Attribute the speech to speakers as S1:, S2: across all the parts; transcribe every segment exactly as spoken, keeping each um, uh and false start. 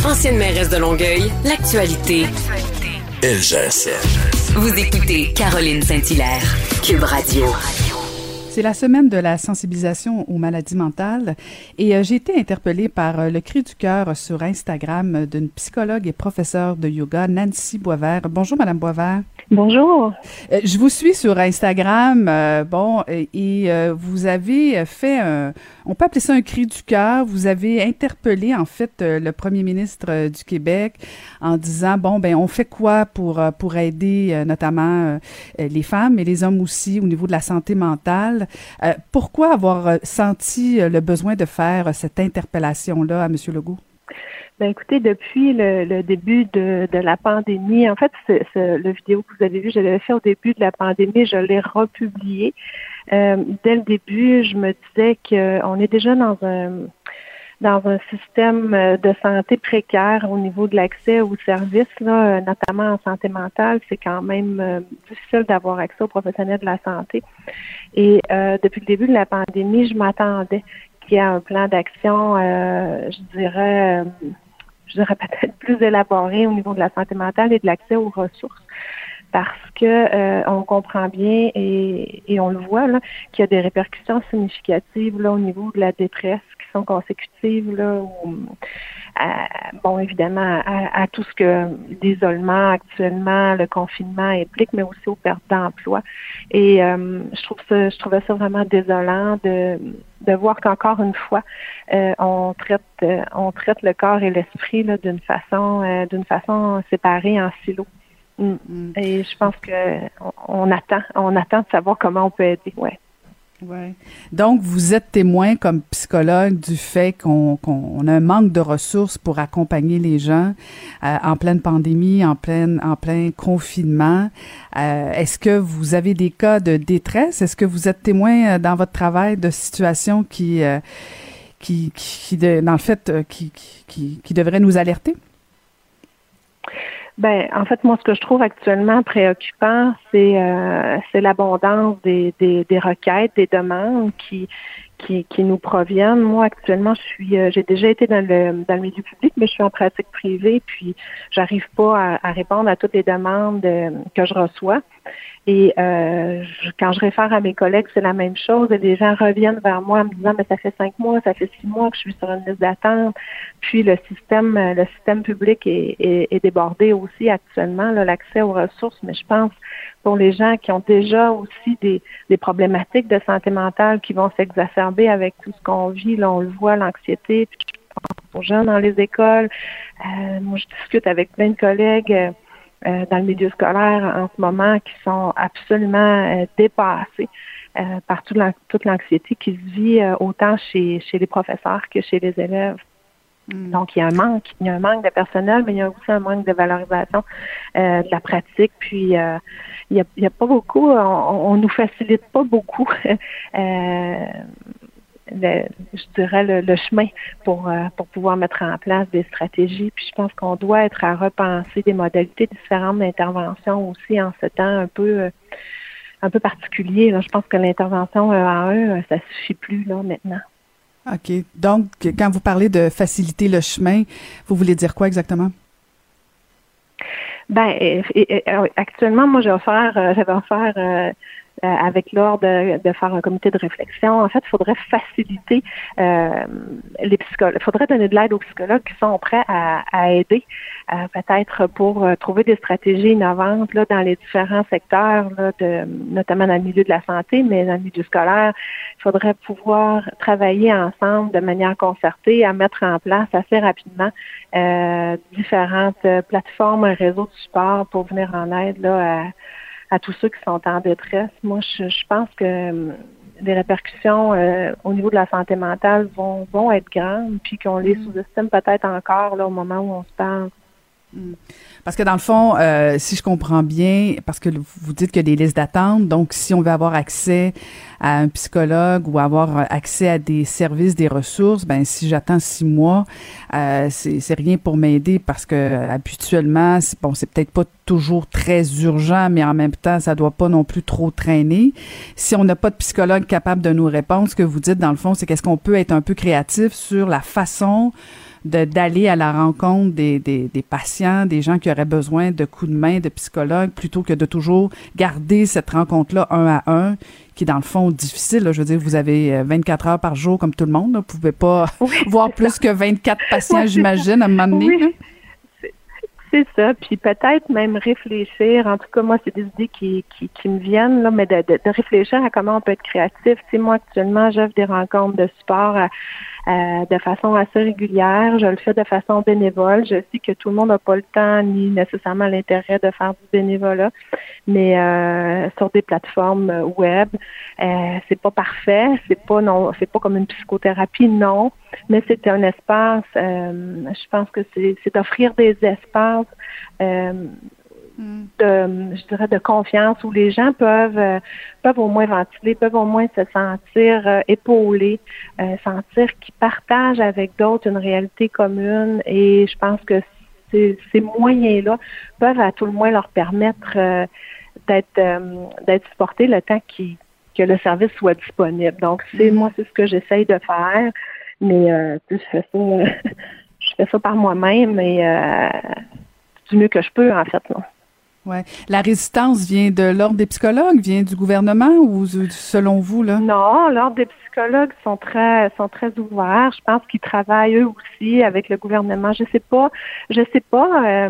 S1: Ancienne mairesse de Longueuil, l'actualité.
S2: Elle gère ça.
S1: Vous écoutez Caroline Saint-Hilaire, Cube Radio.
S3: C'est la semaine de la sensibilisation aux maladies mentales et euh, j'ai été interpellée par euh, le cri du cœur sur Instagram euh, d'une psychologue et professeure de yoga, Nancy Boisvert. Bonjour, Madame Boisvert.
S4: Bonjour.
S3: Euh, je vous suis sur Instagram, euh, bon, et, et euh, vous avez fait un, on peut appeler ça un cri du cœur. Vous avez interpellé, en fait, euh, le premier ministre euh, du Québec en disant, bon, ben, on fait quoi pour, euh, pour aider euh, notamment euh, les femmes et les hommes aussi au niveau de la santé mentale? Euh, pourquoi avoir euh, senti euh, le besoin de faire euh, cette interpellation-là à M. Legault?
S4: Ben écoutez, depuis le, le début de, de la pandémie, en fait, c'est, c'est, le vidéo que vous avez vu, je l'avais fait au début de la pandémie, je l'ai republié. Euh, dès le début, je me disais qu'on est déjà dans un dans un système de santé précaire au niveau de l'accès aux services, là, notamment en santé mentale. C'est quand même euh, difficile d'avoir accès aux professionnels de la santé. Et euh, depuis le début de la pandémie, je m'attendais qu'il y ait un plan d'action, euh, je dirais, euh, je dirais peut-être plus élaboré au niveau de la santé mentale et de l'accès aux ressources. Parce que euh, on comprend bien et, et on le voit là qu'il y a des répercussions significatives là au niveau de la détresse qui sont consécutives là au, à, bon évidemment à, à tout ce que l'isolement actuellement, le confinement implique, mais aussi aux pertes d'emploi. Et euh, je trouve ça, je trouvais ça vraiment désolant de de voir qu'encore une fois euh, on traite euh, on traite le corps et l'esprit là d'une façon euh, d'une façon séparée en silos. Mm. Et je pense que on, on attend, on attend de savoir comment on peut aider. Ouais.
S3: Ouais. Donc, vous êtes témoin comme psychologue du fait qu'on, qu'on a un manque de ressources pour accompagner les gens euh, en pleine pandémie, en pleine, en plein confinement. Euh, est-ce que vous avez des cas de détresse? Est-ce que vous êtes témoin euh, dans votre travail de situations qui, euh, qui, qui, de, dans le fait, euh, qui, qui, qui, qui devraient nous alerter?
S4: Ben, en fait, moi, ce que je trouve actuellement préoccupant, c'est euh, c'est l'abondance des, des, des requêtes, des demandes qui qui, qui nous proviennent. Moi, actuellement, je suis, euh, j'ai déjà été dans le dans le milieu public, mais je suis en pratique privée, puis j'arrive pas à, à répondre à toutes les demandes euh, que je reçois. Et euh, je, quand je réfère à mes collègues, c'est la même chose. Et les gens reviennent vers moi en me disant, mais ça fait cinq mois, ça fait six mois que je suis sur une liste d'attente. Puis le système, le système public est, est, est débordé aussi actuellement, là, l'accès aux ressources. Mais je pense pour les gens qui ont déjà aussi des, des problématiques de santé mentale qui vont s'exacerber avec tout ce qu'on vit, là, on le voit, l'anxiété. Puis je pense aux jeunes dans les écoles. Euh, moi, je discute avec plein de collègues. Euh, Euh, dans le milieu scolaire en ce moment qui sont absolument euh, dépassés euh, par toute, l'an- toute l'anxiété qui se vit euh, autant chez, chez les professeurs que chez les élèves. Mm. Donc, il y a un manque. Il y a un manque de personnel, mais il y a aussi un manque de valorisation euh, de la pratique. Puis, euh, il y a, il y a pas beaucoup, on, on nous facilite pas beaucoup euh, Le, je dirais le, le chemin pour euh, pour pouvoir mettre en place des stratégies. Puis je pense qu'on doit être à repenser des modalités différentes d'intervention aussi en ce temps un peu euh, un peu particulier. Là. Je pense que l'intervention un à un, ça suffit plus là maintenant.
S3: OK. Donc, quand vous parlez de faciliter le chemin, vous voulez dire quoi exactement?
S4: Ben, et, et, et, actuellement, moi, j'ai offert, euh, j'avais offert euh, euh, avec l'ordre de, de faire un comité de réflexion. En fait, il faudrait faciliter euh, les psychologues. Il faudrait donner de l'aide aux psychologues qui sont prêts à, à aider, euh, peut-être pour euh, trouver des stratégies innovantes là dans les différents secteurs, là, de, notamment dans le milieu de la santé, mais dans le milieu scolaire. Il faudrait pouvoir travailler ensemble de manière concertée à mettre en place assez rapidement euh, différentes plateformes, un réseau de support pour venir en aide là à à tous ceux qui sont en détresse. Moi, je, je pense que euh, les répercussions euh, au niveau de la santé mentale vont, vont être grandes, puis qu'on les sous-estime peut-être encore là au moment où on se parle.
S3: Parce que dans le fond, euh, si je comprends bien, parce que vous dites qu'il y a des listes d'attente, donc si on veut avoir accès à un psychologue ou avoir accès à des services, des ressources, ben si j'attends six mois, euh, c'est, c'est rien pour m'aider parce que habituellement, c'est, bon, c'est peut-être pas toujours très urgent, mais en même temps, ça doit pas non plus trop traîner. Si on n'a pas de psychologue capable de nous répondre, ce que vous dites dans le fond, c'est qu'est-ce qu'on peut être un peu créatif sur la façon de, d'aller à la rencontre des, des, des patients, des gens qui auraient besoin de coups de main, de psychologues, plutôt que de toujours garder cette rencontre-là un à un, qui est dans le fond difficile. Là. Je veux dire, vous avez vingt-quatre heures par jour comme tout le monde. Là. Vous pouvez pas oui, voir plus ça. que vingt-quatre patients, oui, j'imagine, à un moment donné.
S4: Oui. C'est ça, puis peut-être même réfléchir, en tout cas moi c'est des idées qui, qui, qui me viennent, là, mais de, de, de réfléchir à comment on peut être créatif. Tu sais, moi actuellement j'offre des rencontres de sport à, à, de façon assez régulière, je le fais de façon bénévole, je sais que tout le monde n'a pas le temps ni nécessairement l'intérêt de faire du bénévolat, mais euh, sur des plateformes web, euh, c'est pas parfait, c'est pas non, c'est pas comme une psychothérapie, non, mais c'est un espace, euh, je pense que c'est, c'est d'offrir des espaces euh, mm. de, je dirais, de confiance où les gens peuvent euh, peuvent au moins ventiler, peuvent au moins se sentir euh, épaulés, euh, sentir qu'ils partagent avec d'autres une réalité commune. Et je pense que ces, ces moyens-là peuvent à tout le moins leur permettre euh, d'être euh, d'être supportés le temps qui, que le service soit disponible. Donc, c'est mm. moi, c'est ce que j'essaye de faire. Mais euh, je fais ça, euh, je fais ça par moi-même et euh, du mieux que je peux, en fait. Non.
S3: Ouais. La résistance vient de l'Ordre des psychologues, vient du gouvernement ou selon vous, là?
S4: Non, l'Ordre des psychologues sont très sont très ouverts. Je pense qu'ils travaillent eux aussi avec le gouvernement. Je sais pas, je sais pas. Euh,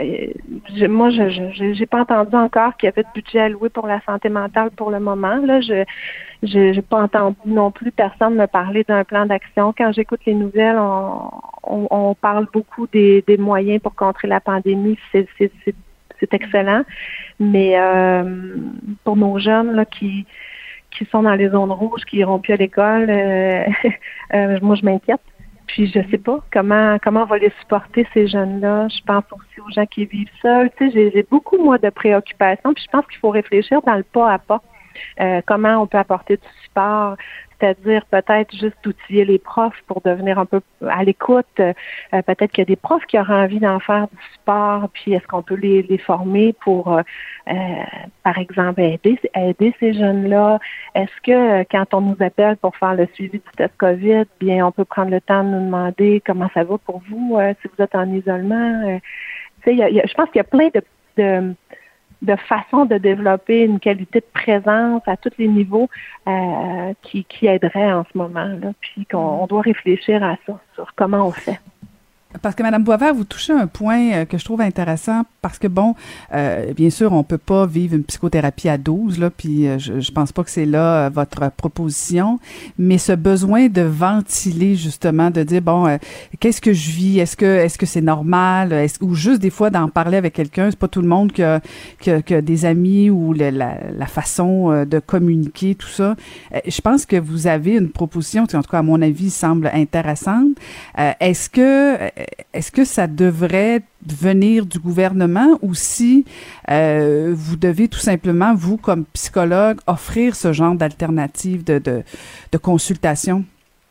S4: je, moi, je, je j'ai pas entendu encore qu'il y avait de budget alloué pour la santé mentale pour le moment. Là, je je j'ai pas entendu non plus personne me parler d'un plan d'action. Quand j'écoute les nouvelles, on on, on parle beaucoup des des moyens pour contrer la pandémie. C'est c'est, c'est C'est excellent, mais euh, pour nos jeunes là, qui qui sont dans les zones rouges, qui iront plus à l'école, euh, euh, moi je m'inquiète. Puis je sais pas comment comment on va les supporter ces jeunes-là. Je pense aussi aux gens qui vivent seuls. Tu sais, j'ai, j'ai beaucoup moi de préoccupations. Puis je pense qu'il faut réfléchir dans le pas à pas. Euh, comment on peut apporter du support, c'est-à-dire peut-être juste outiller les profs pour devenir un peu à l'écoute. Euh, peut-être qu'il y a des profs qui auraient envie d'en faire du sport, puis est-ce qu'on peut les, les former pour, euh, euh, par exemple, aider, aider ces jeunes-là? Est-ce que euh, quand on nous appelle pour faire le suivi du test COVID, bien, on peut prendre le temps de nous demander comment ça va pour vous, euh, si vous êtes en isolement? Euh, tu sais, y a, y a, je pense qu'il y a plein de, de de façon de développer une qualité de présence à tous les niveaux euh, qui, qui aiderait en ce moment, là, puis qu'on on doit réfléchir à ça, sur comment on fait.
S3: Parce que Madame Boisvert, vous touchez un point euh, que je trouve intéressant parce que bon, euh, bien sûr, on peut pas vivre une psychothérapie à douze là, puis euh, je, je pense pas que c'est là euh, votre proposition, mais ce besoin de ventiler justement, de dire bon, euh, qu'est-ce que je vis, est-ce que est-ce que c'est normal, est-ce, ou juste des fois d'en parler avec quelqu'un, c'est pas tout le monde qui a, qui a, qui a des amis ou le, la, la façon euh, de communiquer, tout ça. Euh, je pense que vous avez une proposition qui, en tout cas à mon avis, semble intéressante. Euh, est-ce que Est-ce que ça devrait venir du gouvernement ou si euh, vous devez tout simplement, vous, comme psychologue, offrir ce genre d'alternative de, de, de consultation?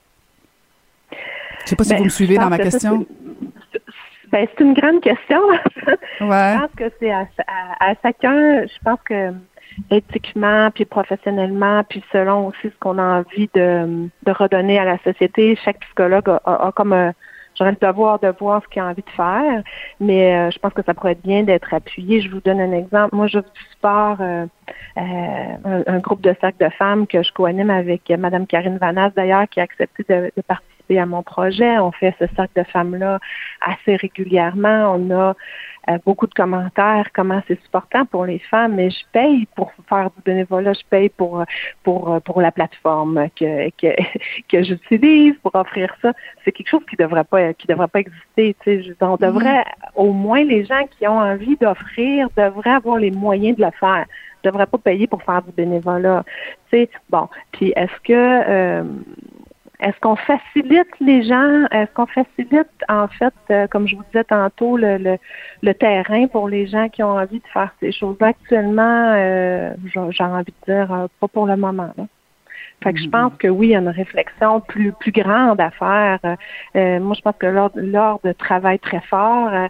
S3: Je ne sais pas si ben, vous me suivez dans ma question.
S4: C'est, ben, c'est une grande question.
S3: Ouais.
S4: Je pense que c'est à, à, à chacun, je pense que éthiquement, puis professionnellement, puis selon aussi ce qu'on a envie de, de redonner à la société, chaque psychologue a, a, a comme un J'aurais le devoir de voir ce qu'il a envie de faire, mais euh, je pense que ça pourrait être bien d'être appuyé. Je vous donne un exemple. Moi, j'offre du sport, euh, euh, un, un groupe de cercle de femmes que je co-anime avec Mme Karine Vanasse, d'ailleurs, qui a accepté de, de participer à mon projet. On fait ce cercle de femmes-là assez régulièrement. On a euh, beaucoup de commentaires, comment c'est supportant pour les femmes, mais je paye pour faire du bénévolat, je paye pour pour pour la plateforme que que, que j'utilise pour offrir ça. C'est quelque chose qui devrait pas qui devrait pas exister. Tu sais, on devrait mm-hmm. au moins les gens qui ont envie d'offrir devraient avoir les moyens de le faire. Je devrais pas payer pour faire du bénévolat. Tu sais, bon. Puis est-ce que euh, Est-ce qu'on facilite les gens? Est-ce qu'on facilite, en fait, euh, comme je vous disais tantôt, le, le, le terrain pour les gens qui ont envie de faire ces choses-là? Actuellement, euh, j'ai, j'ai envie de dire, euh, pas pour le moment. Là. Fait que mm-hmm. je pense que oui, il y a une réflexion plus plus grande à faire. Euh, moi, je pense que l'ordre, l'ordre travaille très fort euh,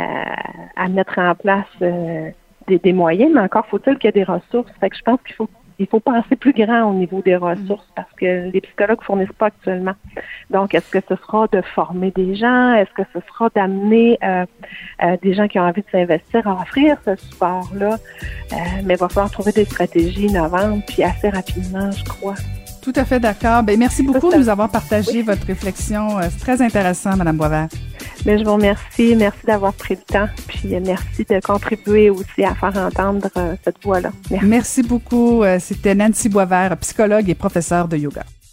S4: à, à mettre en place euh, des, des moyens, mais encore faut-il qu'il y ait des ressources. Fait que je pense qu'il faut il faut penser plus grand au niveau des ressources parce que les psychologues ne fournissent pas actuellement. Donc, est-ce que ce sera de former des gens? Est-ce que ce sera d'amener euh, euh, des gens qui ont envie de s'investir à offrir ce support-là? Euh, mais il va falloir trouver des stratégies innovantes, puis assez rapidement, je crois.
S3: Tout à fait d'accord. Bien, merci beaucoup de nous avoir partagé oui. votre réflexion. C'est très intéressant, Mme Boisvert.
S4: Bien, je vous remercie. Merci d'avoir pris le temps. Puis merci de contribuer aussi à faire entendre euh, cette voix-là.
S3: Merci. Merci beaucoup. C'était Nancy Boisvert, psychologue et professeure de yoga.